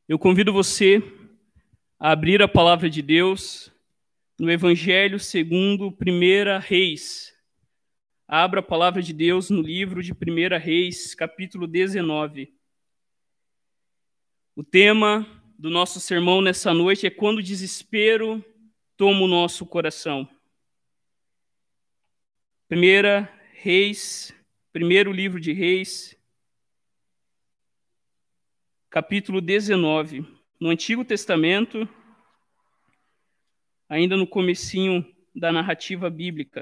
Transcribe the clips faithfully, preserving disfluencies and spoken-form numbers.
Eu convido você a abrir a palavra de Deus no Evangelho segundo Primeira Reis. Abra a palavra de Deus no livro de Primeira Reis, capítulo dezenove. O tema do nosso sermão nessa noite é quando o desespero toma o nosso coração. Primeira Reis, primeiro livro de Reis, capítulo dezenove. No Antigo Testamento, ainda no comecinho da narrativa bíblica.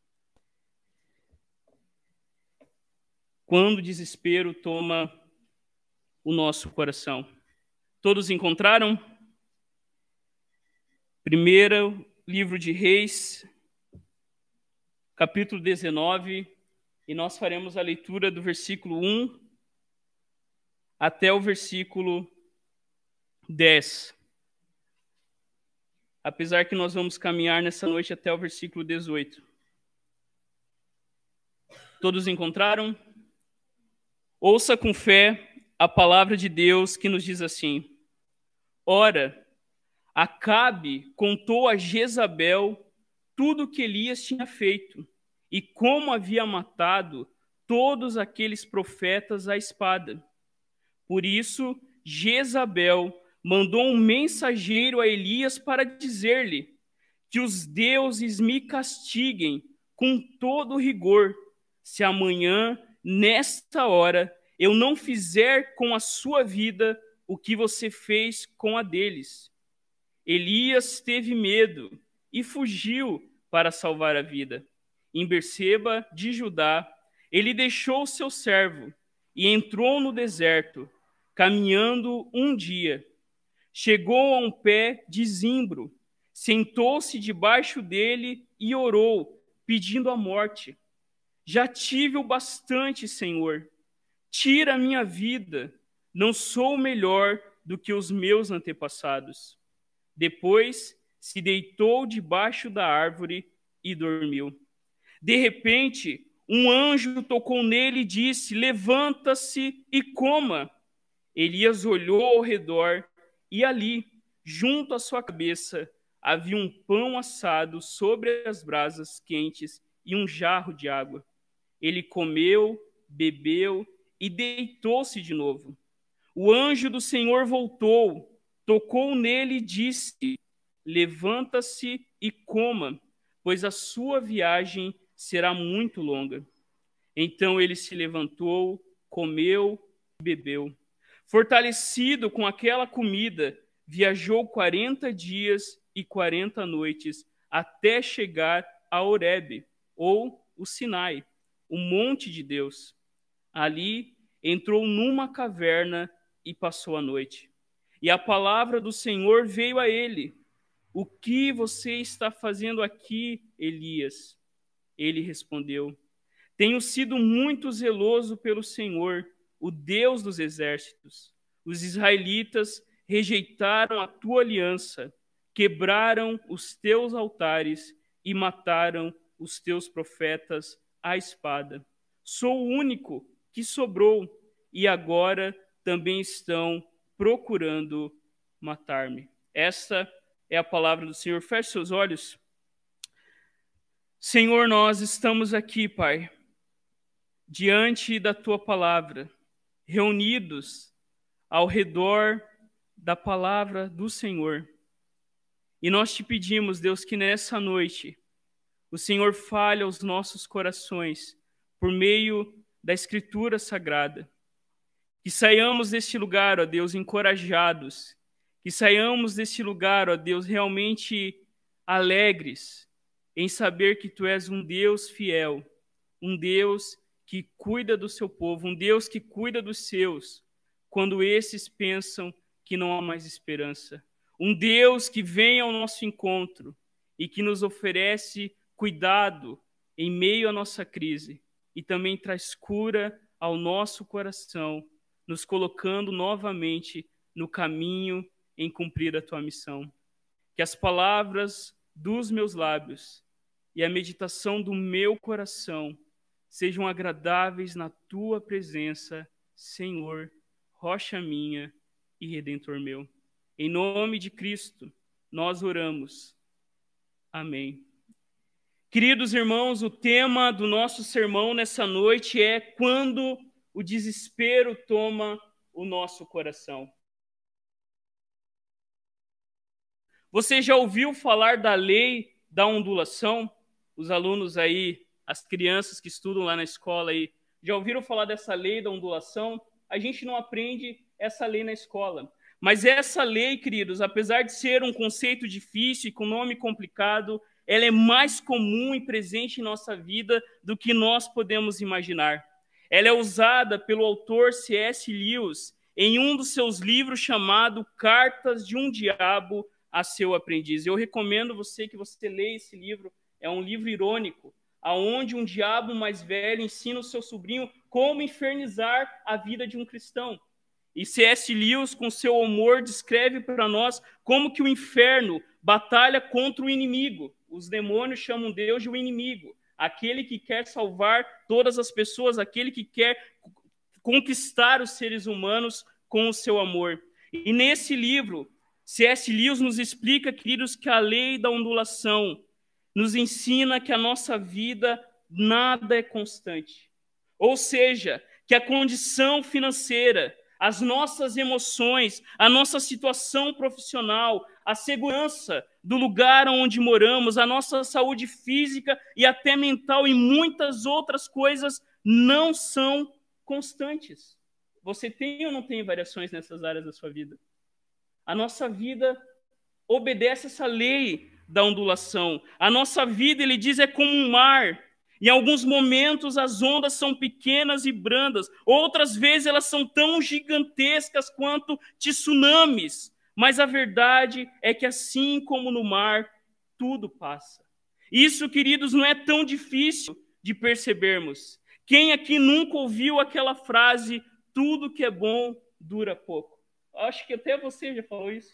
Quando o desespero toma o nosso coração. Todos encontraram? Primeiro livro de Reis, capítulo dezenove, e nós faremos a leitura do versículo um até o versículo dez. Apesar que nós vamos caminhar nessa noite até o versículo dezoito. Todos encontraram? Ouça com fé a palavra de Deus que nos diz assim: Ora, Acabe contou a Jezabel tudo o que Elias tinha feito e como havia matado todos aqueles profetas à espada. Por isso, Jezabel mandou um mensageiro a Elias para dizer-lhe que os deuses me castiguem com todo rigor, se amanhã, nesta hora, eu não fizer com a sua vida o que você fez com a deles. Elias teve medo e fugiu para salvar a vida. Em Berseba de Judá, ele deixou seu servo e entrou no deserto, caminhando um dia. Chegou a um pé de zimbro, sentou-se debaixo dele e orou, pedindo a morte. Já tive o bastante, Senhor. Tira a minha vida. Não sou melhor do que os meus antepassados. Depois se deitou debaixo da árvore e dormiu. De repente, um anjo tocou nele e disse: Levanta-se e coma. Elias olhou ao redor e ali, junto à sua cabeça, havia um pão assado sobre as brasas quentes e um jarro de água. Ele comeu, bebeu e deitou-se de novo. O anjo do Senhor voltou, tocou nele e disse: Levanta-se e coma, pois a sua viagem será muito longa. Então ele se levantou, comeu e bebeu. Fortalecido com aquela comida, viajou quarenta dias e quarenta noites até chegar a Horebe, ou o Sinai, o monte de Deus. Ali entrou numa caverna e passou a noite. E a palavra do Senhor veio a ele: O que você está fazendo aqui, Elias? Ele respondeu: Tenho sido muito zeloso pelo Senhor, o Deus dos exércitos. Os israelitas rejeitaram a tua aliança, quebraram os teus altares e mataram os teus profetas à espada. Sou o único que sobrou e agora também estão procurando matar-me. Esta é a palavra do Senhor. Feche seus olhos. Senhor, nós estamos aqui, Pai, diante da tua palavra, reunidos ao redor da palavra do Senhor. E nós te pedimos, Deus, que nessa noite o Senhor fale aos nossos corações por meio da Escritura Sagrada. Que saiamos deste lugar, ó Deus, encorajados. Que saiamos deste lugar, ó Deus, realmente alegres em saber que Tu és um Deus fiel, um Deus que cuida do seu povo, um Deus que cuida dos seus, quando esses pensam que não há mais esperança. Um Deus que vem ao nosso encontro e que nos oferece cuidado em meio à nossa crise e também traz cura ao nosso coração, nos colocando novamente no caminho em cumprir a tua missão. Que as palavras dos meus lábios e a meditação do meu coração sejam agradáveis na tua presença, Senhor, rocha minha e Redentor meu. Em nome de Cristo, nós oramos. Amém. Queridos irmãos, o tema do nosso sermão nessa noite é quando o desespero toma o nosso coração. Você já ouviu falar da lei da ondulação? Os alunos aí, as crianças que estudam lá na escola aí, já ouviram falar dessa lei da ondulação? A gente não aprende essa lei na escola. Mas essa lei, queridos, apesar de ser um conceito difícil e com nome complicado, ela é mais comum e presente em nossa vida do que nós podemos imaginar. Ela é usada pelo autor C S Lewis em um dos seus livros chamado Cartas de um Diabo a Seu Aprendiz. Eu recomendo você que você leia esse livro. É um livro irônico, aonde um diabo mais velho ensina o seu sobrinho como infernizar a vida de um cristão. E C S Lewis, com seu humor, descreve para nós como que o inferno batalha contra o inimigo. Os demônios chamam Deus de o inimigo, aquele que quer salvar todas as pessoas, aquele que quer conquistar os seres humanos com o seu amor. E nesse livro, C S Lewis nos explica, queridos, que a lei da ondulação nos ensina que a nossa vida nada é constante. Ou seja, que a condição financeira, as nossas emoções, a nossa situação profissional, a segurança do lugar onde moramos, a nossa saúde física e até mental e muitas outras coisas não são constantes. Você tem ou não tem variações nessas áreas da sua vida? A nossa vida obedece essa lei da ondulação. A nossa vida, ele diz, é como um mar. Em alguns momentos as ondas são pequenas e brandas, outras vezes elas são tão gigantescas quanto tsunamis. Mas a verdade é que assim como no mar, tudo passa. Isso, queridos, não é tão difícil de percebermos. Quem aqui nunca ouviu aquela frase, tudo que é bom dura pouco? Acho que até você já falou isso.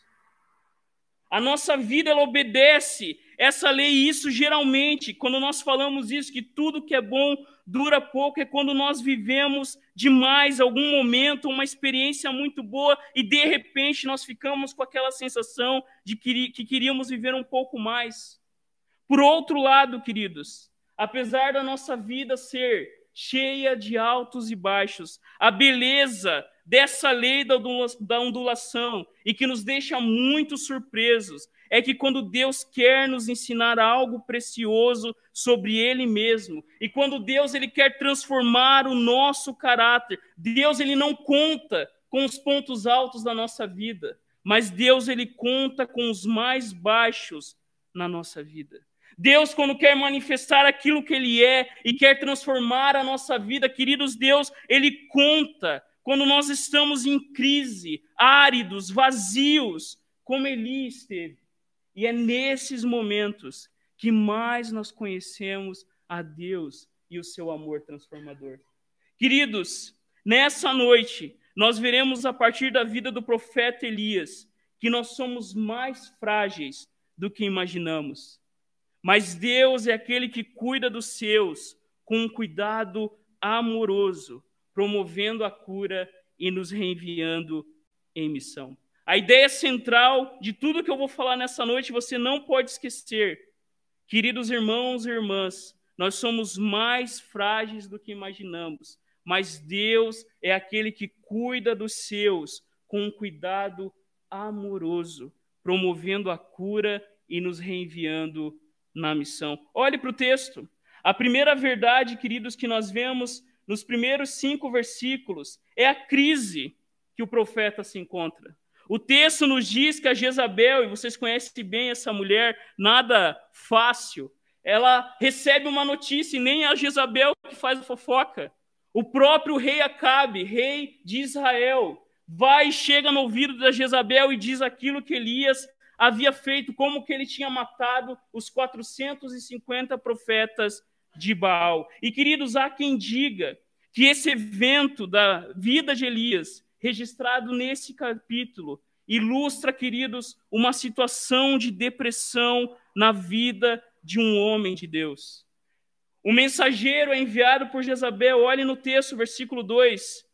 A nossa vida, ela obedece essa lei, e isso geralmente, quando nós falamos isso, que tudo que é bom dura pouco, é quando nós vivemos demais algum momento, uma experiência muito boa, e de repente nós ficamos com aquela sensação de que, que queríamos viver um pouco mais. Por outro lado, queridos, apesar da nossa vida ser cheia de altos e baixos, a beleza dessa lei da ondulação, e que nos deixa muito surpresos, é que quando Deus quer nos ensinar algo precioso sobre Ele mesmo, e quando Deus ele quer transformar o nosso caráter, Deus ele não conta com os pontos altos da nossa vida, mas Deus ele conta com os mais baixos na nossa vida. Deus, quando quer manifestar aquilo que Ele é e quer transformar a nossa vida, queridos, Deus, Ele conta quando nós estamos em crise, áridos, vazios, como Eli esteve. E é nesses momentos que mais nós conhecemos a Deus e o seu amor transformador. Queridos, nessa noite, nós veremos a partir da vida do profeta Elias que nós somos mais frágeis do que imaginamos. Mas Deus é aquele que cuida dos seus com um cuidado amoroso, promovendo a cura e nos reenviando em missão. A ideia central de tudo que eu vou falar nessa noite, você não pode esquecer. Queridos irmãos e irmãs, nós somos mais frágeis do que imaginamos, mas Deus é aquele que cuida dos seus com um cuidado amoroso, promovendo a cura e nos reenviando na missão. Olhe para o texto. A primeira verdade, queridos, que nós vemos nos primeiros cinco versículos é a crise que o profeta se encontra. O texto nos diz que a Jezabel, e vocês conhecem bem essa mulher, nada fácil, ela recebe uma notícia, e nem é a Jezabel que faz a fofoca. O próprio rei Acabe, rei de Israel, vai e chega no ouvido da Jezabel e diz aquilo que Elias havia feito, como que ele tinha matado os quatrocentos e cinquenta profetas de Baal. E, queridos, há quem diga que esse evento da vida de Elias, registrado nesse capítulo, ilustra, queridos, uma situação de depressão na vida de um homem de Deus. O mensageiro é enviado por Jezabel. Olhe no texto, versículo dois.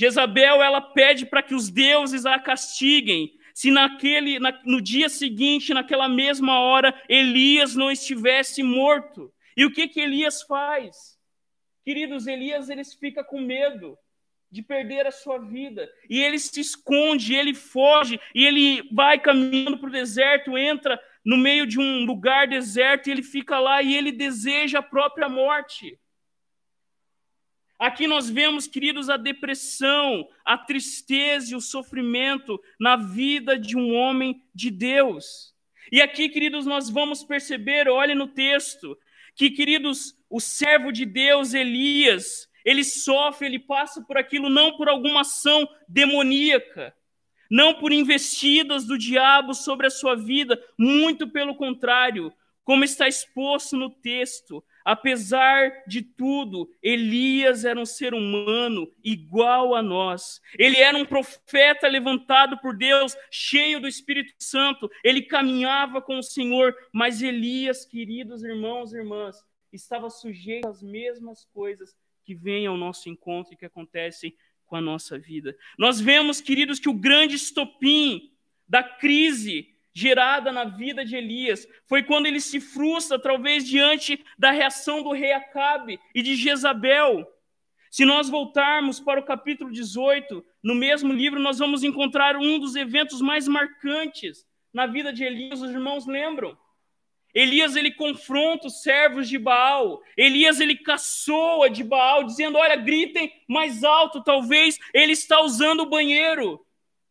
Jezabel, ela pede para que os deuses a castiguem, se naquele, na, no dia seguinte, naquela mesma hora, Elias não estivesse morto. E o que que Elias faz? Queridos, Elias, ele fica com medo de perder a sua vida. E ele se esconde, ele foge, e ele vai caminhando para o deserto, entra no meio de um lugar deserto, e ele fica lá e ele deseja a própria morte. Aqui nós vemos, queridos, a depressão, a tristeza e o sofrimento na vida de um homem de Deus. E aqui, queridos, nós vamos perceber, olhe no texto, que, queridos, o servo de Deus, Elias, ele sofre, ele passa por aquilo não por alguma ação demoníaca, não por investidas do diabo sobre a sua vida, muito pelo contrário, como está exposto no texto. Apesar de tudo, Elias era um ser humano igual a nós. Ele era um profeta levantado por Deus, cheio do Espírito Santo. Ele caminhava com o Senhor, mas Elias, queridos irmãos e irmãs, estava sujeito às mesmas coisas que vêm ao nosso encontro e que acontecem com a nossa vida. Nós vemos, queridos, que o grande estopim da crise gerada na vida de Elias foi quando ele se frustra, talvez diante da reação do rei Acabe e de Jezabel. Se nós voltarmos para o capítulo dezoito, no mesmo livro, nós vamos encontrar um dos eventos mais marcantes na vida de Elias. Os irmãos lembram? Elias, ele confronta os servos de Baal. Elias, ele caçoa de Baal, dizendo, olha, gritem mais alto, talvez ele está usando o banheiro.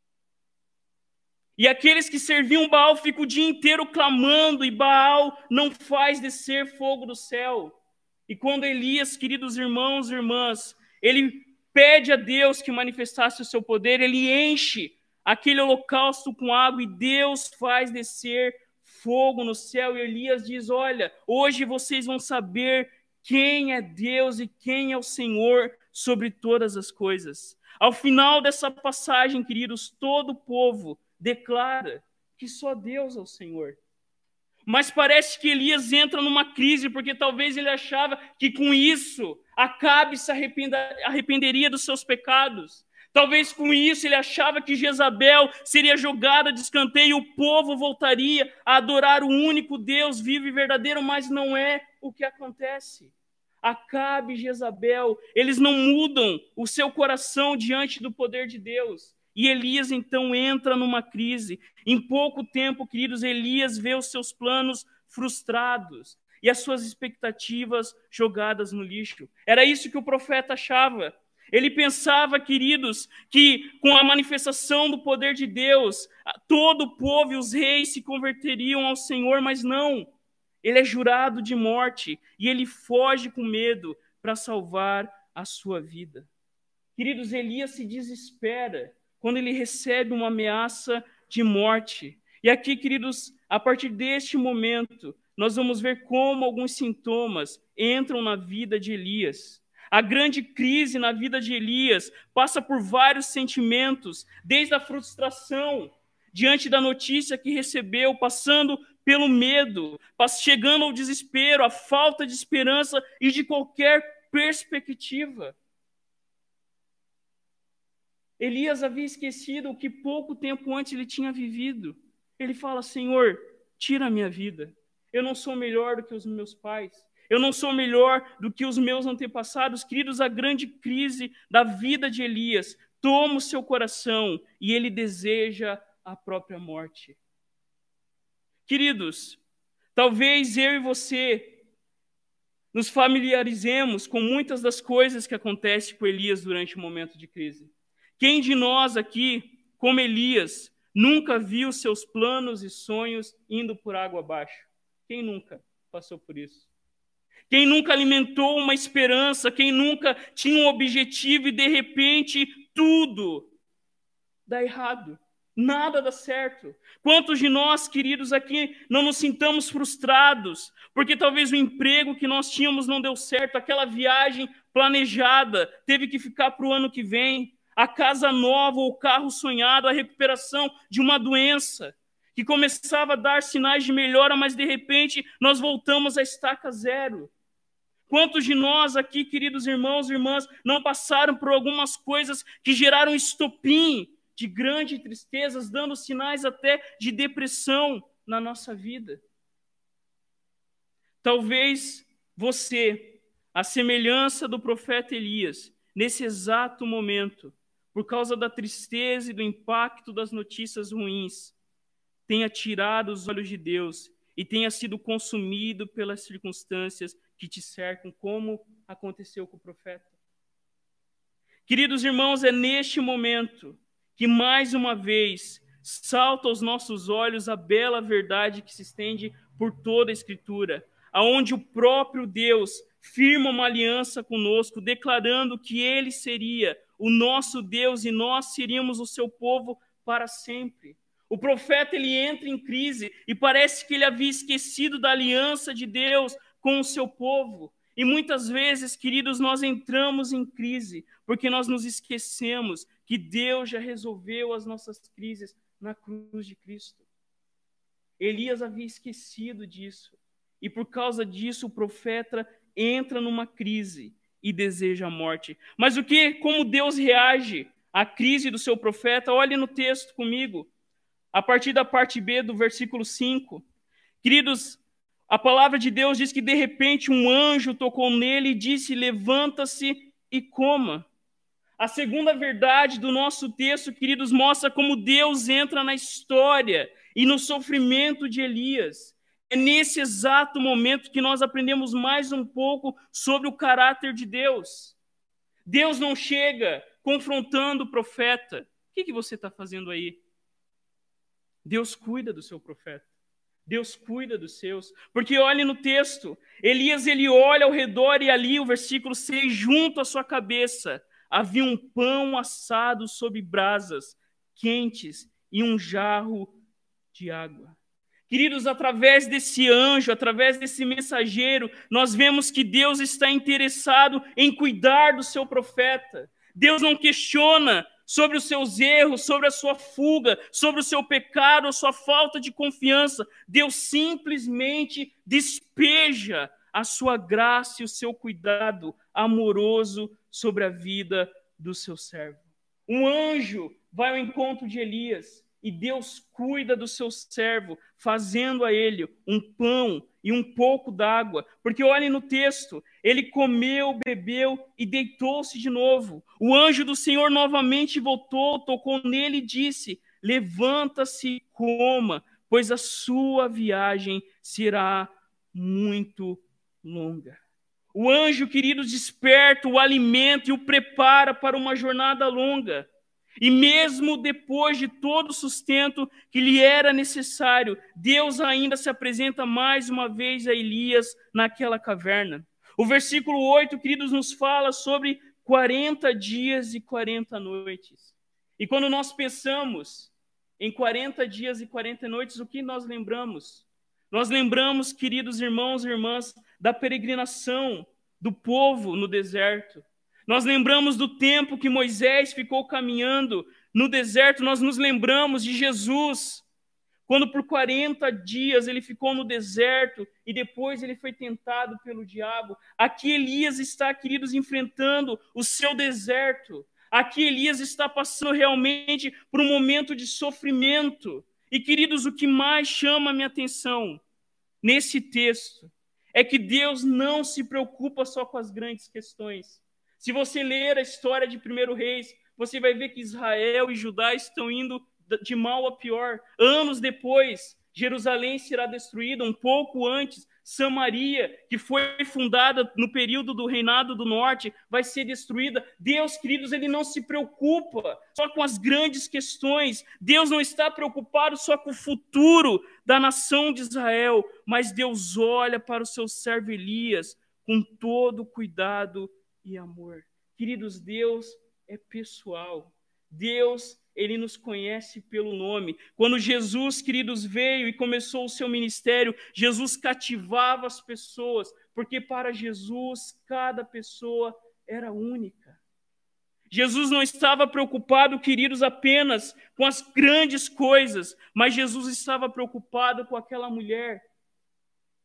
E aqueles que serviam Baal ficam o dia inteiro clamando, e Baal não faz descer fogo do céu. E quando Elias, queridos irmãos e irmãs, ele pede a Deus que manifestasse o seu poder, ele enche aquele holocausto com água, e Deus faz descer fogo no céu. E Elias diz, olha, hoje vocês vão saber quem é Deus e quem é o Senhor sobre todas as coisas. Ao final dessa passagem, queridos, todo o povo declara que só Deus é o Senhor. Mas parece que Elias entra numa crise, porque talvez ele achava que com isso Acabe se arrependeria dos seus pecados. Talvez com isso ele achava que Jezabel seria jogada de escanteio e o povo voltaria a adorar o único Deus vivo e verdadeiro, mas não é o que acontece. Acabe e Jezabel, eles não mudam o seu coração diante do poder de Deus. E Elias, então, entra numa crise. Em pouco tempo, queridos, Elias vê os seus planos frustrados e as suas expectativas jogadas no lixo. Era isso que o profeta achava. Ele pensava, queridos, que com a manifestação do poder de Deus, todo o povo e os reis se converteriam ao Senhor, mas não. Ele é jurado de morte e ele foge com medo para salvar a sua vida. Queridos, Elias se desespera quando ele recebe uma ameaça de morte. E aqui, queridos, a partir deste momento, nós vamos ver como alguns sintomas entram na vida de Elias. A grande crise na vida de Elias passa por vários sentimentos, desde a frustração diante da notícia que recebeu, passando pelo medo, chegando ao desespero, a falta de esperança e de qualquer perspectiva. Elias havia esquecido o que pouco tempo antes ele tinha vivido. Ele fala, Senhor, tira a minha vida. Eu não sou melhor do que os meus pais. Eu não sou melhor do que os meus antepassados. Queridos, a grande crise da vida de Elias toma o seu coração e ele deseja a própria morte. Queridos, talvez eu e você nos familiarizemos com muitas das coisas que acontecem com Elias durante o momento de crise. Quem de nós aqui, como Elias, nunca viu seus planos e sonhos indo por água abaixo? Quem nunca passou por isso? Quem nunca alimentou uma esperança? Quem nunca tinha um objetivo e de repente tudo dá errado? Nada dá certo. Quantos de nós, queridos, aqui não nos sintamos frustrados porque talvez o emprego que nós tínhamos não deu certo, aquela viagem planejada teve que ficar para o ano que vem, a casa nova ou o carro sonhado, a recuperação de uma doença que começava a dar sinais de melhora, mas de repente nós voltamos à estaca zero. Quantos de nós aqui, queridos irmãos e irmãs, não passaram por algumas coisas que geraram estopim de grandes tristezas, dando sinais até de depressão na nossa vida? Talvez você, à semelhança do profeta Elias, nesse exato momento, por causa da tristeza e do impacto das notícias ruins, tenha tirado os olhos de Deus e tenha sido consumido pelas circunstâncias que te cercam, como aconteceu com o profeta. Queridos irmãos, é neste momento que mais uma vez salta aos nossos olhos a bela verdade que se estende por toda a Escritura, aonde o próprio Deus firma uma aliança conosco, declarando que Ele seria o nosso Deus e nós seríamos o seu povo para sempre. O profeta, ele entra em crise e parece que ele havia esquecido da aliança de Deus com o seu povo. E muitas vezes, queridos, nós entramos em crise porque nós nos esquecemos que Deus já resolveu as nossas crises na cruz de Cristo. Elias havia esquecido disso. E por causa disso, o profeta entra numa crise e deseja a morte. Mas o que, como Deus reage à crise do seu profeta? Olhe no texto comigo, a partir da parte B do versículo cinco. Queridos, a palavra de Deus diz que de repente um anjo tocou nele e disse: levanta-se e coma. A segunda verdade do nosso texto, queridos, mostra como Deus entra na história e no sofrimento de Elias. É nesse exato momento que nós aprendemos mais um pouco sobre o caráter de Deus. Deus não chega confrontando o profeta. O que, que você está fazendo aí? Deus cuida do seu profeta. Deus cuida dos seus. Porque olhe no texto, Elias ele olha ao redor e ali, o versículo seis, junto à sua cabeça, havia um pão assado sobre brasas quentes e um jarro de água. Queridos, através desse anjo, através desse mensageiro, nós vemos que Deus está interessado em cuidar do seu profeta. Deus não questiona sobre os seus erros, sobre a sua fuga, sobre o seu pecado, a sua falta de confiança. Deus simplesmente despeja a sua graça e o seu cuidado amoroso sobre a vida do seu servo. Um anjo vai ao encontro de Elias e Deus cuida do seu servo, fazendo a ele um pão e um pouco d'água. Porque olhem no texto, ele comeu, bebeu e deitou-se de novo. O anjo do Senhor novamente voltou, tocou nele e disse: levanta-se e coma, pois a sua viagem será muito longa. O anjo, queridos, desperta o alimento e o prepara para uma jornada longa. E mesmo depois de todo o sustento que lhe era necessário, Deus ainda se apresenta mais uma vez a Elias naquela caverna. O versículo oito, queridos, nos fala sobre quarenta dias e quarenta noites. E quando nós pensamos em quarenta dias e quarenta noites, o que nós lembramos? Nós lembramos, queridos irmãos e irmãs, da peregrinação do povo no deserto. Nós lembramos do tempo que Moisés ficou caminhando no deserto. Nós nos lembramos de Jesus, quando por quarenta dias ele ficou no deserto e depois ele foi tentado pelo diabo. Aqui Elias está, queridos, enfrentando o seu deserto. Aqui Elias está passando realmente por um momento de sofrimento. E, queridos, o que mais chama a minha atenção nesse texto é que Deus não se preocupa só com as grandes questões. Se você ler a história de Primeiro Reis, você vai ver que Israel e Judá estão indo de mal a pior. Anos depois, Jerusalém será destruída. Um pouco antes, Samaria, que foi fundada no período do reinado do norte, vai ser destruída. Deus, queridos, ele não se preocupa só com as grandes questões. Deus não está preocupado só com o futuro da nação de Israel, mas Deus olha para o seu servo Elias com todo cuidado e amor. Queridos, Deus é pessoal. Deus, ele nos conhece pelo nome. Quando Jesus, queridos, veio e começou o seu ministério, Jesus cativava as pessoas, porque para Jesus cada pessoa era única. Jesus não estava preocupado, queridos, apenas com as grandes coisas, mas Jesus estava preocupado com aquela mulher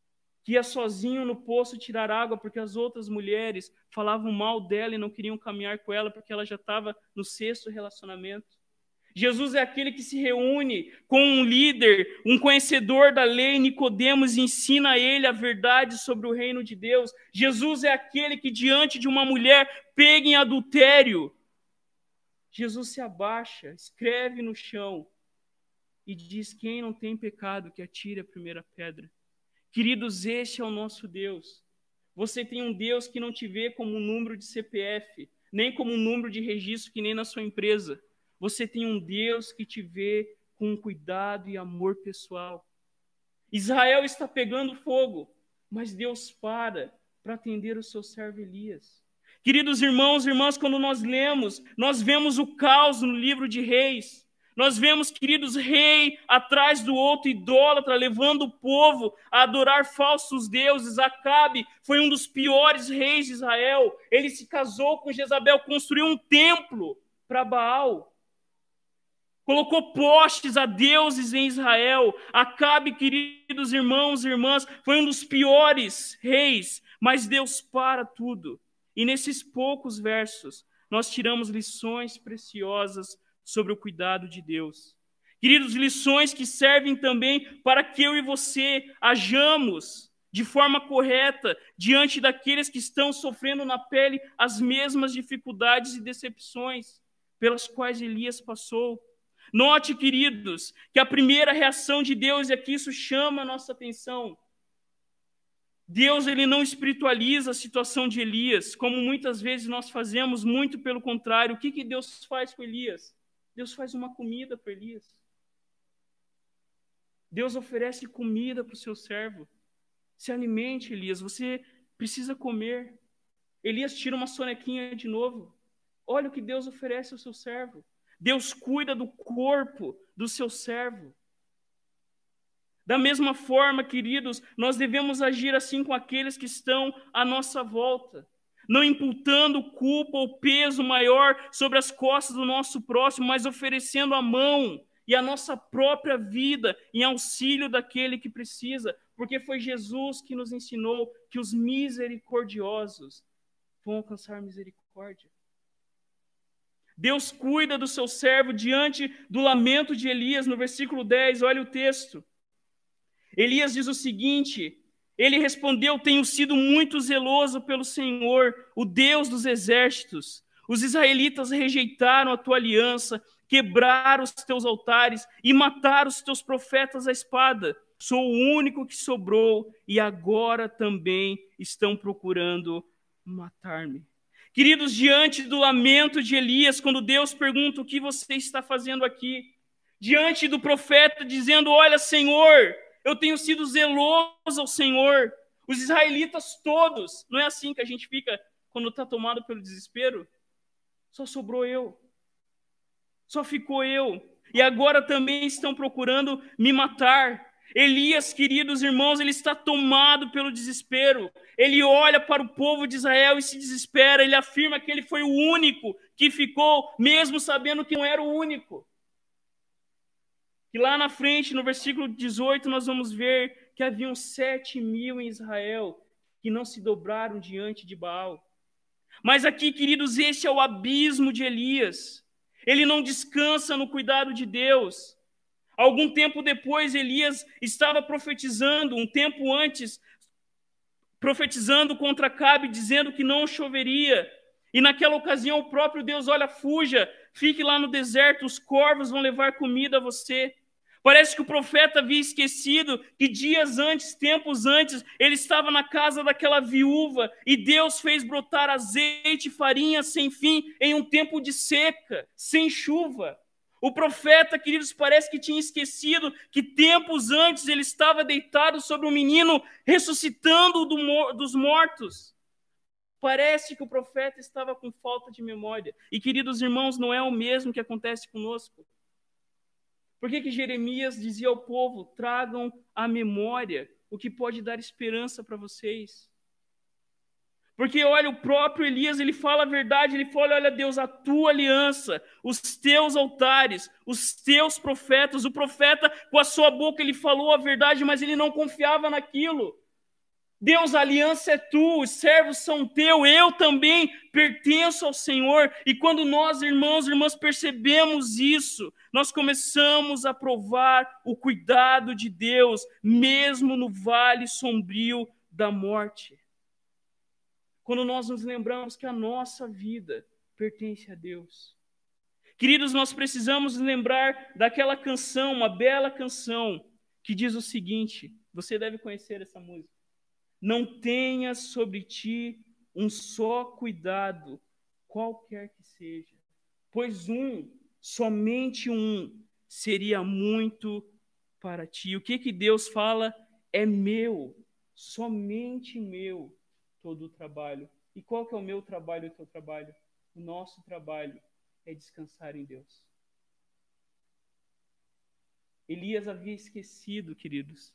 que ia sozinho no poço tirar água, porque as outras mulheres falavam mal dela e não queriam caminhar com ela, porque ela já estava no sexto relacionamento. Jesus é aquele que se reúne com um líder, um conhecedor da lei, Nicodemos, e ensina a ele a verdade sobre o reino de Deus. Jesus é aquele que, diante de uma mulher pega em adultério, Jesus se abaixa, escreve no chão e diz: quem não tem pecado, que atire a primeira pedra. Queridos, este é o nosso Deus. Você tem um Deus que não te vê como um número de C P F, nem como um número de registro que nem na sua empresa. Você tem um Deus que te vê com cuidado e amor pessoal. Israel está pegando fogo, mas Deus para para atender o seu servo Elias. Queridos irmãos e irmãs, quando nós lemos, nós vemos o caos no livro de Reis. Nós vemos, queridos, rei atrás do outro idólatra, levando o povo a adorar falsos deuses. Acabe foi um dos piores reis de Israel. Ele se casou com Jezabel, construiu um templo para Baal. Colocou postes a deuses em Israel. Acabe, queridos irmãos e irmãs, foi um dos piores reis, mas Deus para tudo. E nesses poucos versos, nós tiramos lições preciosas sobre o cuidado de Deus. Queridos, lições que servem também para que eu e você hajamos de forma correta diante daqueles que estão sofrendo na pele as mesmas dificuldades e decepções pelas quais Elias passou. Note, queridos, que a primeira reação de Deus, e aqui isso chama a nossa atenção, Deus ele não espiritualiza a situação de Elias, como muitas vezes nós fazemos, muito pelo contrário. O que, que Deus faz com Elias? Deus faz uma comida para Elias. Deus oferece comida para o seu servo. Se alimente, Elias, você precisa comer. Elias tira uma sonequinha de novo. Olha o que Deus oferece ao seu servo. Deus cuida do corpo do seu servo. Da mesma forma, queridos, nós devemos agir assim com aqueles que estão à nossa volta, não imputando culpa ou peso maior sobre as costas do nosso próximo, mas oferecendo a mão e a nossa própria vida em auxílio daquele que precisa, porque foi Jesus que nos ensinou que os misericordiosos vão alcançar misericórdia. Deus cuida do seu servo diante do lamento de Elias, no versículo dez, olha o texto. Elias diz o seguinte: ele respondeu: tenho sido muito zeloso pelo Senhor, o Deus dos exércitos. Os israelitas rejeitaram a tua aliança, quebraram os teus altares e mataram os teus profetas à espada. Sou o único que sobrou e agora também estão procurando matar-me. Queridos, diante do lamento de Elias, quando Deus pergunta: o que você está fazendo aqui? Diante do profeta dizendo: olha, Senhor, eu tenho sido zeloso ao Senhor. Os israelitas todos, não é assim que a gente fica quando está tomado pelo desespero? Só sobrou eu. Só ficou eu. E agora também estão procurando me matar. Elias, queridos irmãos, ele está tomado pelo desespero. Ele olha para o povo de Israel e se desespera. Ele afirma que ele foi o único que ficou, mesmo sabendo que não era o único. E lá na frente, no versículo dezoito, nós vamos ver que haviam sete mil em Israel que não se dobraram diante de Baal. Mas aqui, queridos, esse é o abismo de Elias. Ele não descansa no cuidado de Deus. Algum tempo depois, Elias estava profetizando, um tempo antes, profetizando contra Acabe, dizendo que não choveria. E naquela ocasião, o próprio Deus: olha, fuja, fique lá no deserto, os corvos vão levar comida a você. Parece que o profeta havia esquecido que dias antes, tempos antes, ele estava na casa daquela viúva e Deus fez brotar azeite e farinha sem fim em um tempo de seca, sem chuva. O profeta, queridos, parece que tinha esquecido que tempos antes ele estava deitado sobre um menino ressuscitando do, dos mortos. Parece que o profeta estava com falta de memória. E, queridos irmãos, não é o mesmo que acontece conosco. Por que que Jeremias dizia ao povo: tragam à memória o que pode dar esperança para vocês? Porque, olha, o próprio Elias, ele fala a verdade, ele fala: olha, Deus, a tua aliança, os teus altares, os teus profetas. O profeta, com a sua boca, ele falou a verdade, mas ele não confiava naquilo. Deus, a aliança é tua, os servos são teus, eu também pertenço ao Senhor. E quando nós, irmãos e irmãs, percebemos isso, nós começamos a provar o cuidado de Deus, mesmo no vale sombrio da morte. Quando nós nos lembramos que a nossa vida pertence a Deus. Queridos, nós precisamos lembrar daquela canção, uma bela canção, que diz o seguinte, você deve conhecer essa música. Não tenhas sobre ti um só cuidado, qualquer que seja, pois um, somente um, seria muito para ti. O que que Deus fala? É meu, somente meu, todo o trabalho. E qual que é o meu trabalho e o teu trabalho? O nosso trabalho é descansar em Deus. Elias havia esquecido, queridos,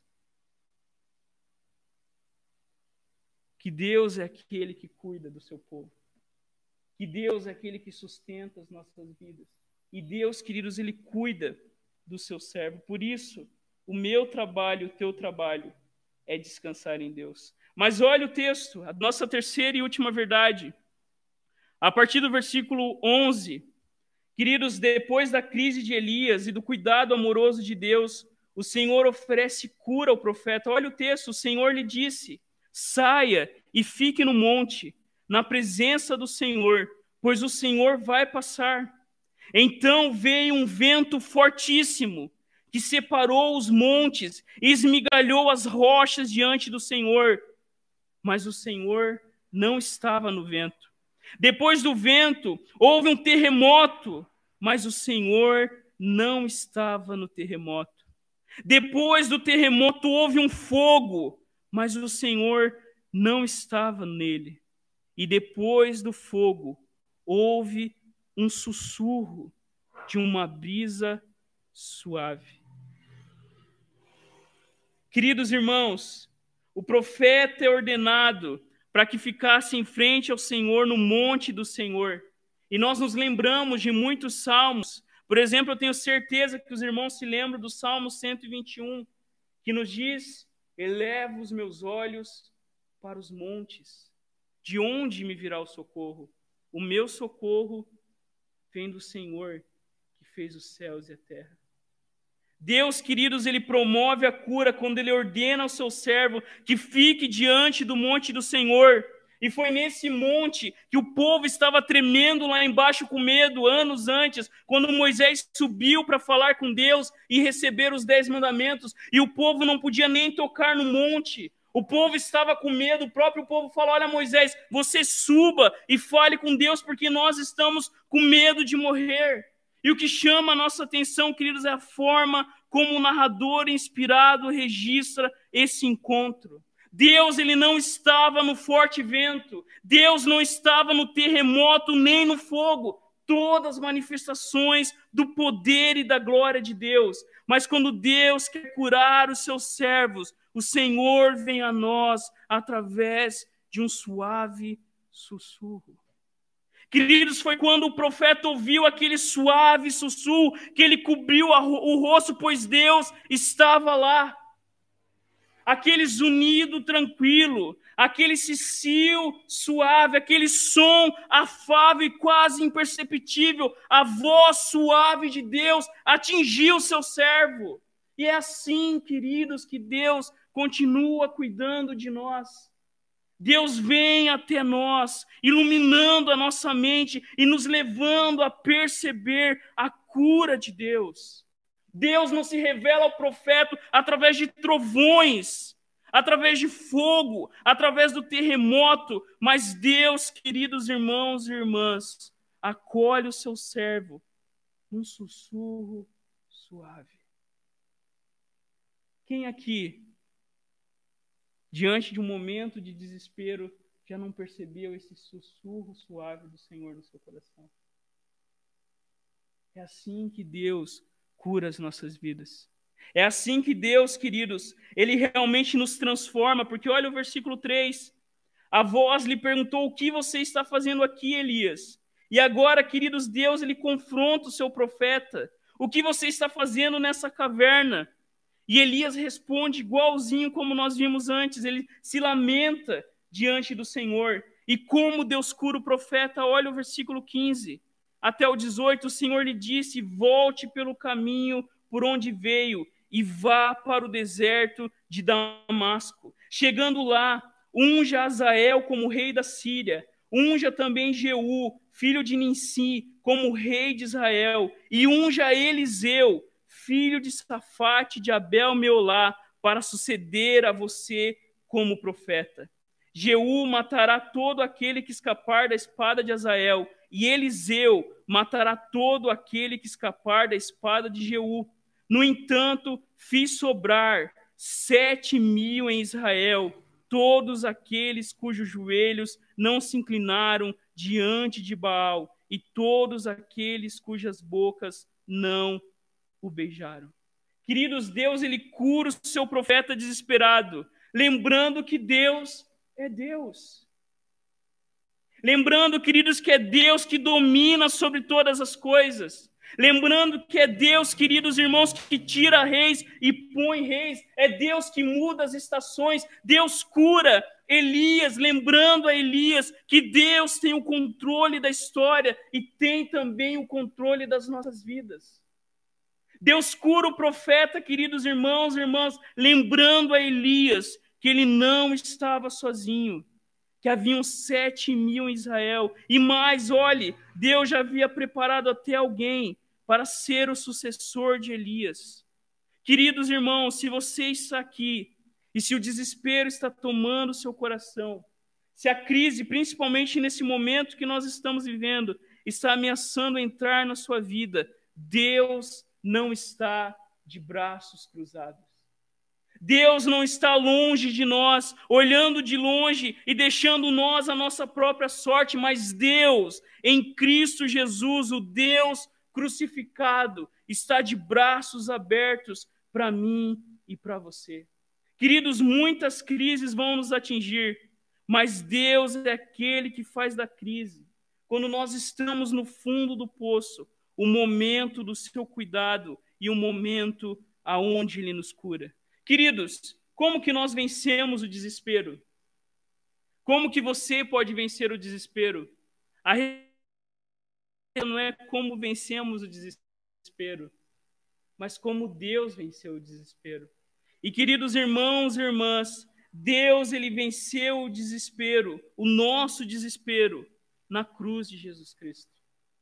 que Deus é aquele que cuida do seu povo, que Deus é aquele que sustenta as nossas vidas. E Deus, queridos, Ele cuida do seu servo. Por isso, o meu trabalho, o teu trabalho, é descansar em Deus. Mas olha o texto, a nossa terceira e última verdade. A partir do versículo onze, queridos, depois da crise de Elias e do cuidado amoroso de Deus, o Senhor oferece cura ao profeta. Olha o texto, o Senhor lhe disse: saia e fique no monte, na presença do Senhor, pois o Senhor vai passar. Então veio um vento fortíssimo, que separou os montes e esmigalhou as rochas diante do Senhor. Mas o Senhor não estava no vento. Depois do vento, houve um terremoto, mas o Senhor não estava no terremoto. Depois do terremoto, houve um fogo, mas o Senhor não estava nele. E depois do fogo, houve um sussurro de uma brisa suave. Queridos irmãos, o profeta é ordenado para que ficasse em frente ao Senhor no monte do Senhor. E nós nos lembramos de muitos salmos. Por exemplo, eu tenho certeza que os irmãos se lembram do Salmo cento e vinte e um, que nos diz: eleva os meus olhos para os montes, de onde me virá o socorro? O meu socorro vem do Senhor, que fez os céus e a terra. Deus, queridos, Ele promove a cura quando Ele ordena ao seu servo que fique diante do monte do Senhor. E foi nesse monte que o povo estava tremendo lá embaixo com medo, anos antes, quando Moisés subiu para falar com Deus e receber os dez mandamentos, e o povo não podia nem tocar no monte. O povo estava com medo, o próprio povo falou: olha, Moisés, você suba e fale com Deus, porque nós estamos com medo de morrer. E o que chama a nossa atenção, queridos, é a forma como o narrador inspirado registra esse encontro. Deus, ele não estava no forte vento, Deus não estava no terremoto nem no fogo, todas as manifestações do poder e da glória de Deus. Mas quando Deus quer curar os seus servos, o Senhor vem a nós através de um suave sussurro. Queridos, foi quando o profeta ouviu aquele suave sussurro que ele cobriu o rosto, pois Deus estava lá. Aquele zunido tranquilo, aquele cicio suave, aquele som afável e quase imperceptível, a voz suave de Deus atingiu o seu servo. E é assim, queridos, que Deus continua cuidando de nós. Deus vem até nós, iluminando a nossa mente e nos levando a perceber a cura de Deus. Deus não se revela ao profeta através de trovões, através de fogo, através do terremoto, mas Deus, queridos irmãos e irmãs, acolhe o seu servo num sussurro suave. Quem aqui, diante de um momento de desespero, já não percebeu esse sussurro suave do Senhor no seu coração? É assim que Deus cura as nossas vidas. É assim que Deus, queridos, Ele realmente nos transforma, porque olha o versículo três. A voz lhe perguntou: o que você está fazendo aqui, Elias? E agora, queridos, Deus, Ele confronta o seu profeta. O que você está fazendo nessa caverna? E Elias responde igualzinho como nós vimos antes, ele se lamenta diante do Senhor. E como Deus cura o profeta, olha o versículo quinze até o dezoito, o Senhor lhe disse: volte pelo caminho por onde veio e vá para o deserto de Damasco. Chegando lá, unja Azael como rei da Síria, unja também Jeú, filho de Ninsi, como rei de Israel, e unja Eliseu, filho de Safate de Abel Meolá, para suceder a você como profeta. Jeú matará todo aquele que escapar da espada de Azael, e Eliseu matará todo aquele que escapar da espada de Jeú. No entanto, fiz sobrar sete mil em Israel, todos aqueles cujos joelhos não se inclinaram diante de Baal, e todos aqueles cujas bocas não o beijaram. Queridos, Deus, ele cura o seu profeta desesperado, lembrando que Deus é Deus. Lembrando, queridos, que é Deus que domina sobre todas as coisas. Lembrando que é Deus, queridos irmãos, que tira reis e põe reis. É Deus que muda as estações. Deus cura Elias, lembrando a Elias que Deus tem o controle da história e tem também o controle das nossas vidas. Deus cura o profeta, queridos irmãos e irmãs, lembrando a Elias que ele não estava sozinho, que haviam sete mil em Israel. E mais, olhe, Deus já havia preparado até alguém para ser o sucessor de Elias. Queridos irmãos, se você está aqui e se o desespero está tomando o seu coração, se a crise, principalmente nesse momento que nós estamos vivendo, está ameaçando entrar na sua vida, Deus não está de braços cruzados. Deus não está longe de nós, olhando de longe e deixando nós a nossa própria sorte, mas Deus, em Cristo Jesus, o Deus crucificado, está de braços abertos para mim e para você. Queridos, muitas crises vão nos atingir, mas Deus é aquele que faz da crise, quando nós estamos no fundo do poço, o momento do seu cuidado e o momento aonde Ele nos cura. Queridos, como que nós vencemos o desespero? Como que você pode vencer o desespero? A resposta não é como vencemos o desespero, mas como Deus venceu o desespero. E queridos irmãos e irmãs, Deus, ele venceu o desespero, o nosso desespero, na cruz de Jesus Cristo.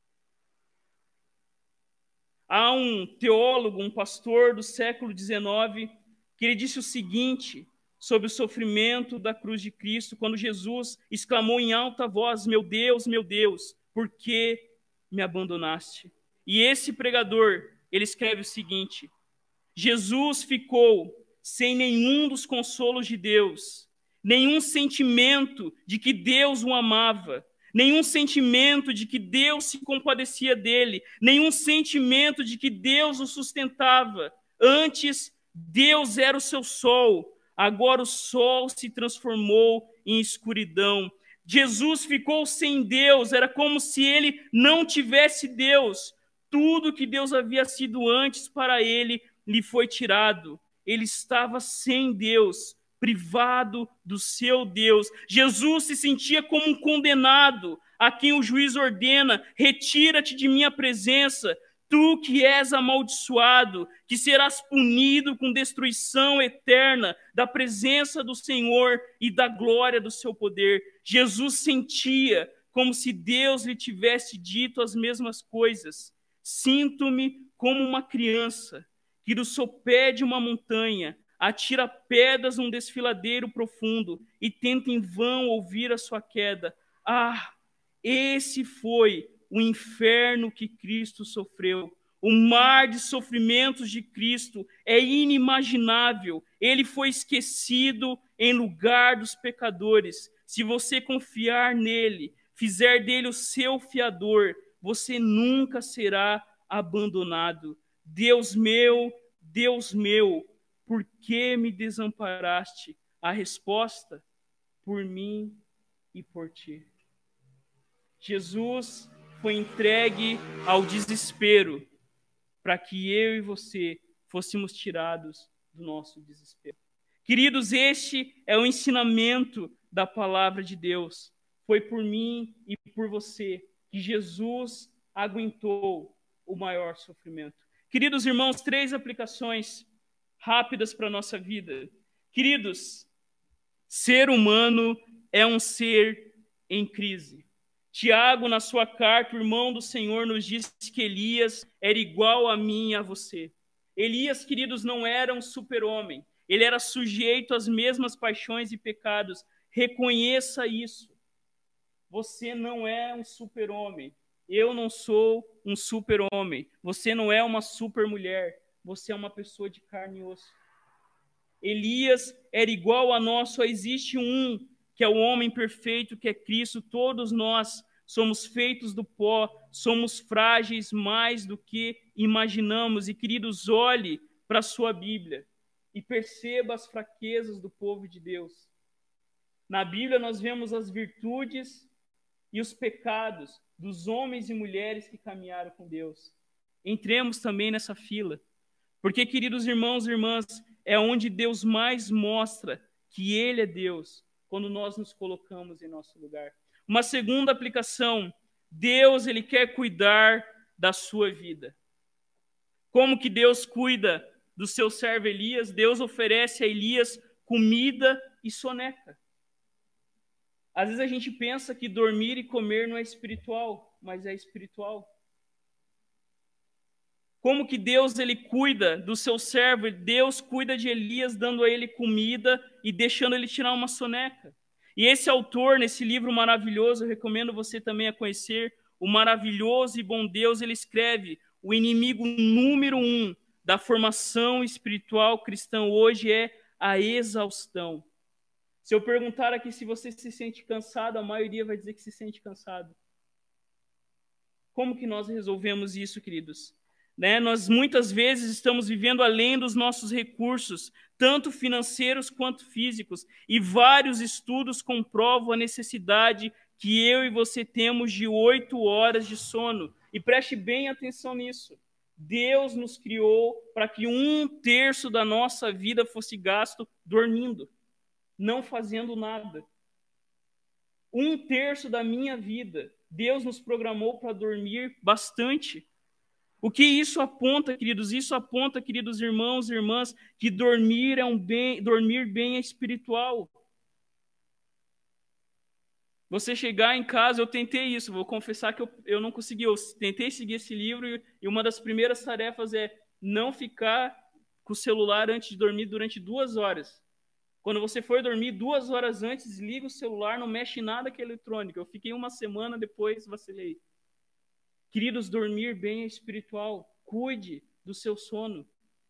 Há um teólogo, um pastor do século dezenove, que ele disse o seguinte sobre o sofrimento da cruz de Cristo, quando Jesus exclamou em alta voz: meu Deus, meu Deus, por que me abandonaste? E esse pregador, ele escreve o seguinte: Jesus ficou sem nenhum dos consolos de Deus, nenhum sentimento de que Deus o amava, nenhum sentimento de que Deus se compadecia dele, nenhum sentimento de que Deus o sustentava. Antes, Deus era o seu sol, agora o sol se transformou em escuridão. Jesus ficou sem Deus, era como se ele não tivesse Deus. Tudo que Deus havia sido antes para ele lhe foi tirado. Ele estava sem Deus, privado do seu Deus. Jesus se sentia como um condenado, a quem o juiz ordena: retira-te de minha presença, tu que és amaldiçoado, que serás punido com destruição eterna da presença do Senhor e da glória do seu poder. Jesus sentia como se Deus lhe tivesse dito as mesmas coisas. Sinto-me como uma criança que do sopé de uma montanha atira pedras num desfiladeiro profundo e tenta em vão ouvir a sua queda. Ah, esse foi o inferno que Cristo sofreu. O mar de sofrimentos de Cristo é inimaginável. Ele foi esquecido em lugar dos pecadores. Se você confiar nele, fizer dele o seu fiador, você nunca será abandonado. Deus meu, Deus meu, por que me desamparaste? A resposta: por mim e por ti. Jesus foi entregue ao desespero para que eu e você fôssemos tirados do nosso desespero. Queridos, este é o ensinamento da palavra de Deus. Foi por mim e por você que Jesus aguentou o maior sofrimento. Queridos irmãos, três aplicações rápidas para a nossa vida. Queridos, ser humano é um ser em crise. Tiago, na sua carta, o irmão do Senhor, nos diz que Elias era igual a mim e a você. Elias, queridos, não era um super-homem. Ele era sujeito às mesmas paixões e pecados. Reconheça isso. Você não é um super-homem. Eu não sou um super-homem. Você não é uma super-mulher. Você é uma pessoa de carne e osso. Elias era igual a nós, só existe um, que é o homem perfeito, que é Cristo. Todos nós somos feitos do pó, somos frágeis mais do que imaginamos. E, queridos, olhe para a sua Bíblia e perceba as fraquezas do povo de Deus. Na Bíblia nós vemos as virtudes e os pecados dos homens e mulheres que caminharam com Deus. Entremos também nessa fila, porque, queridos irmãos e irmãs, é onde Deus mais mostra que Ele é Deus, quando nós nos colocamos em nosso lugar. Uma segunda aplicação, Deus, Ele quer cuidar da sua vida. Como que Deus cuida do seu servo Elias? Deus oferece a Elias comida e soneca. Às vezes a gente pensa que dormir e comer não é espiritual, mas é espiritual. Como que Deus ele cuida do seu servo? Deus cuida de Elias, dando a ele comida e deixando ele tirar uma soneca. E esse autor, nesse livro maravilhoso, eu recomendo você também a conhecer, O Maravilhoso e Bom Deus, ele escreve: o inimigo número um da formação espiritual cristã hoje é a exaustão. Se eu perguntar aqui se você se sente cansado, a maioria vai dizer que se sente cansado. Como que nós resolvemos isso, queridos? Né? Nós muitas vezes estamos vivendo além dos nossos recursos, tanto financeiros quanto físicos, e vários estudos comprovam a necessidade que eu e você temos de oito horas de sono. E preste bem atenção nisso. Deus nos criou para que um terço da nossa vida fosse gasto dormindo, não fazendo nada. Um terço da minha vida, Deus nos programou para dormir bastante. O que isso aponta, queridos? Isso aponta, queridos irmãos e irmãs, que dormir é um bem, dormir bem é espiritual. Você chegar em casa, eu tentei isso, vou confessar que eu, eu não consegui. Eu tentei seguir esse livro e, e uma das primeiras tarefas é não ficar com o celular antes de dormir durante duas horas. Quando você for dormir, duas horas antes, desliga o celular, não mexe em nada que é eletrônico. Eu fiquei uma semana, depois vacilei. Queridos, dormir bem é espiritual. Cuide do seu sono.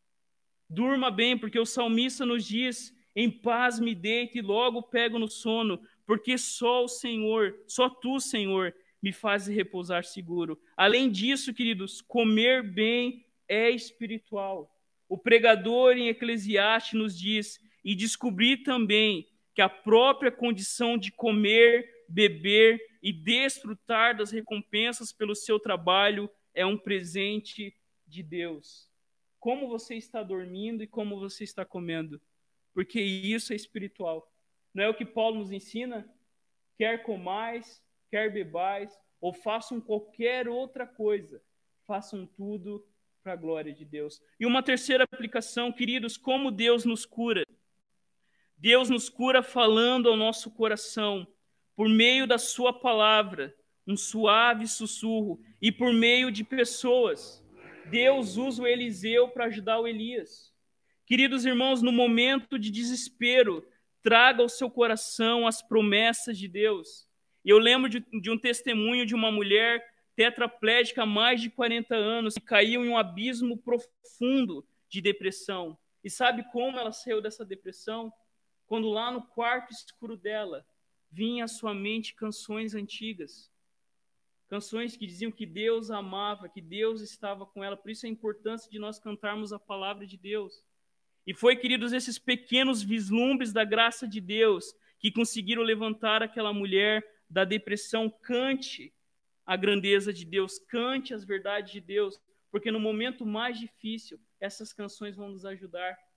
Durma bem, porque o salmista nos diz: em paz me deito e logo pego no sono, porque só o Senhor, só tu, Senhor, me fazes repousar seguro. Além disso, queridos, comer bem é espiritual. O pregador em Eclesiastes nos diz: e descobri também que a própria condição de comer, beber e desfrutar das recompensas pelo seu trabalho é um presente de Deus. Como você está dormindo e como você está comendo? Porque isso é espiritual. Não é o que Paulo nos ensina? Quer comais, quer bebais, ou façam qualquer outra coisa, façam tudo para a glória de Deus. E uma terceira aplicação, queridos, como Deus nos cura. Deus nos cura falando ao nosso coração, por meio da sua palavra, um suave sussurro, e por meio de pessoas. Deus usa o Eliseu para ajudar o Elias. Queridos irmãos, no momento de desespero, traga ao seu coração as promessas de Deus. E eu lembro de, de um testemunho de uma mulher tetraplégica há mais de quarenta anos, que caiu em um abismo profundo de depressão. E sabe como ela saiu dessa depressão? Quando lá no quarto escuro dela, vinha à sua mente canções antigas. Canções que diziam que Deus a amava, que Deus estava com ela. Por isso a importância de nós cantarmos a palavra de Deus. E foi, queridos, esses pequenos vislumbres da graça de Deus que conseguiram levantar aquela mulher da depressão. Cante a grandeza de Deus, cante as verdades de Deus, porque no momento mais difícil, essas canções vão nos ajudar.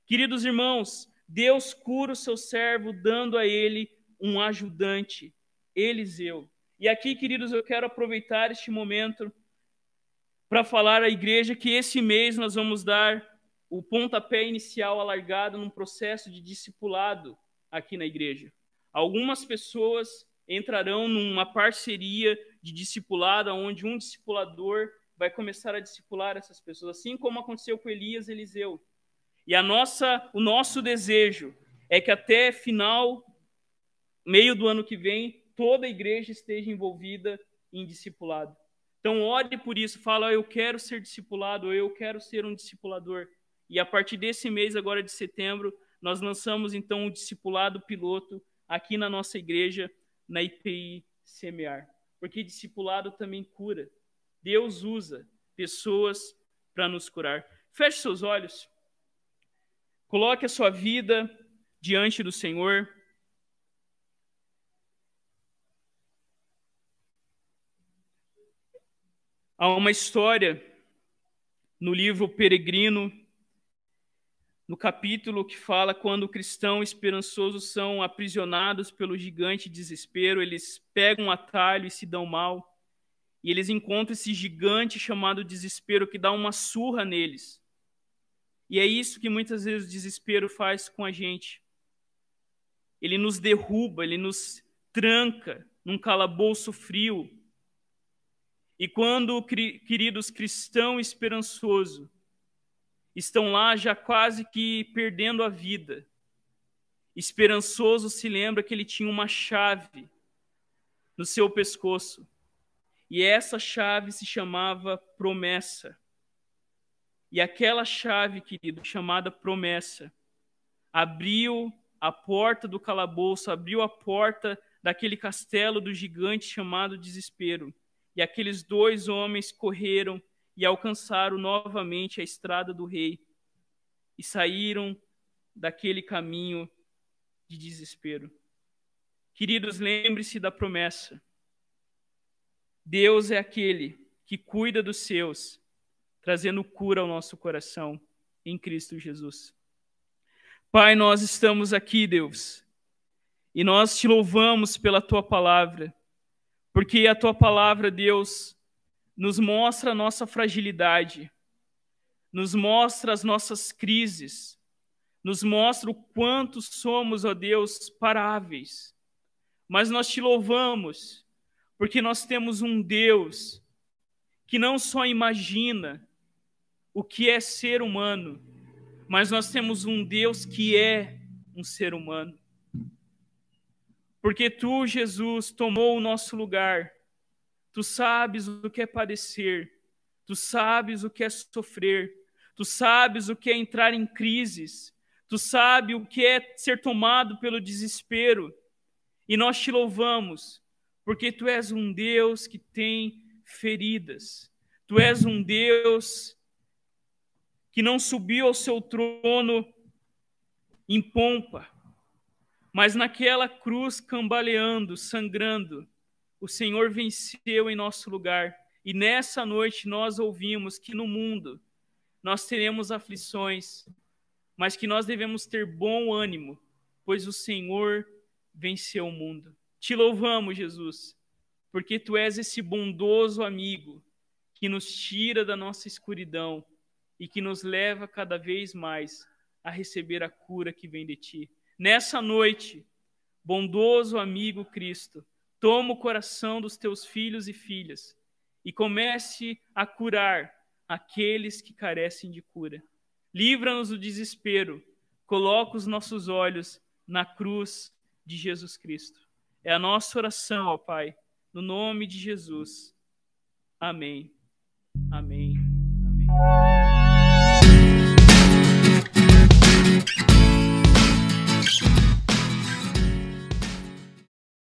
Queridos irmãos, Deus cura o seu servo dando a ele um ajudante, Eliseu. E aqui, queridos, eu quero aproveitar este momento para falar à igreja que esse mês nós vamos dar o pontapé inicial alargado num processo de discipulado aqui na igreja. Algumas pessoas entrarão numa parceria de discipulado, onde um discipulador vai começar a discipular essas pessoas, assim como aconteceu com Elias e Eliseu. E a nossa, o nosso desejo é que até final, meio do ano que vem, toda a igreja esteja envolvida em discipulado. Então, ore por isso, fala, eu quero ser discipulado, eu quero ser um discipulador. E a partir desse mês, agora de setembro, nós lançamos então um discipulado piloto aqui na nossa igreja, na I P I Semear. Porque discipulado também cura. Deus usa pessoas para nos curar. Feche seus olhos. Coloque a sua vida diante do Senhor. Há uma história no livro Peregrino, no capítulo que fala quando o cristão esperançoso são aprisionados pelo gigante desespero, eles pegam um atalho e se dão mal, e eles encontram esse gigante chamado desespero que dá uma surra neles. E é isso que muitas vezes o desespero faz com a gente. Ele nos derruba, ele nos tranca num calabouço frio. E quando, queridos cristão esperançoso, estão lá já quase que perdendo a vida, esperançoso se lembra que ele tinha uma chave no seu pescoço. E essa chave se chamava promessa. E aquela chave, querido, chamada promessa, abriu a porta do calabouço, abriu a porta daquele castelo do gigante chamado desespero. E aqueles dois homens correram e alcançaram novamente a estrada do rei e saíram daquele caminho de desespero. Queridos, lembre-se da promessa. Deus é aquele que cuida dos seus, trazendo cura ao nosso coração em Cristo Jesus. Pai, nós estamos aqui, Deus, e nós te louvamos pela tua palavra, porque a tua palavra, Deus, nos mostra a nossa fragilidade, nos mostra as nossas crises, nos mostra o quanto somos, ó Deus, paráveis. Mas nós te louvamos, porque nós temos um Deus que não só imagina o que é ser humano, mas nós temos um Deus que é um ser humano. Porque tu, Jesus, tomou o nosso lugar. Tu sabes o que é padecer, tu sabes o que é sofrer, tu sabes o que é entrar em crises, tu sabes o que é ser tomado pelo desespero. E nós te louvamos, porque tu és um Deus que tem feridas. Tu és um Deus que não subiu ao seu trono em pompa, mas naquela cruz cambaleando, sangrando, o Senhor venceu em nosso lugar. E nessa noite nós ouvimos que no mundo nós teremos aflições, mas que nós devemos ter bom ânimo, pois o Senhor venceu o mundo. Te louvamos, Jesus, porque tu és esse bondoso amigo que nos tira da nossa escuridão e que nos leva cada vez mais a receber a cura que vem de ti. Nessa noite, bondoso amigo Cristo, toma o coração dos teus filhos e filhas e comece a curar aqueles que carecem de cura. Livra-nos do desespero, coloca os nossos olhos na cruz de Jesus Cristo. É a nossa oração, ó Pai, no nome de Jesus. Amém. Amém. Amém.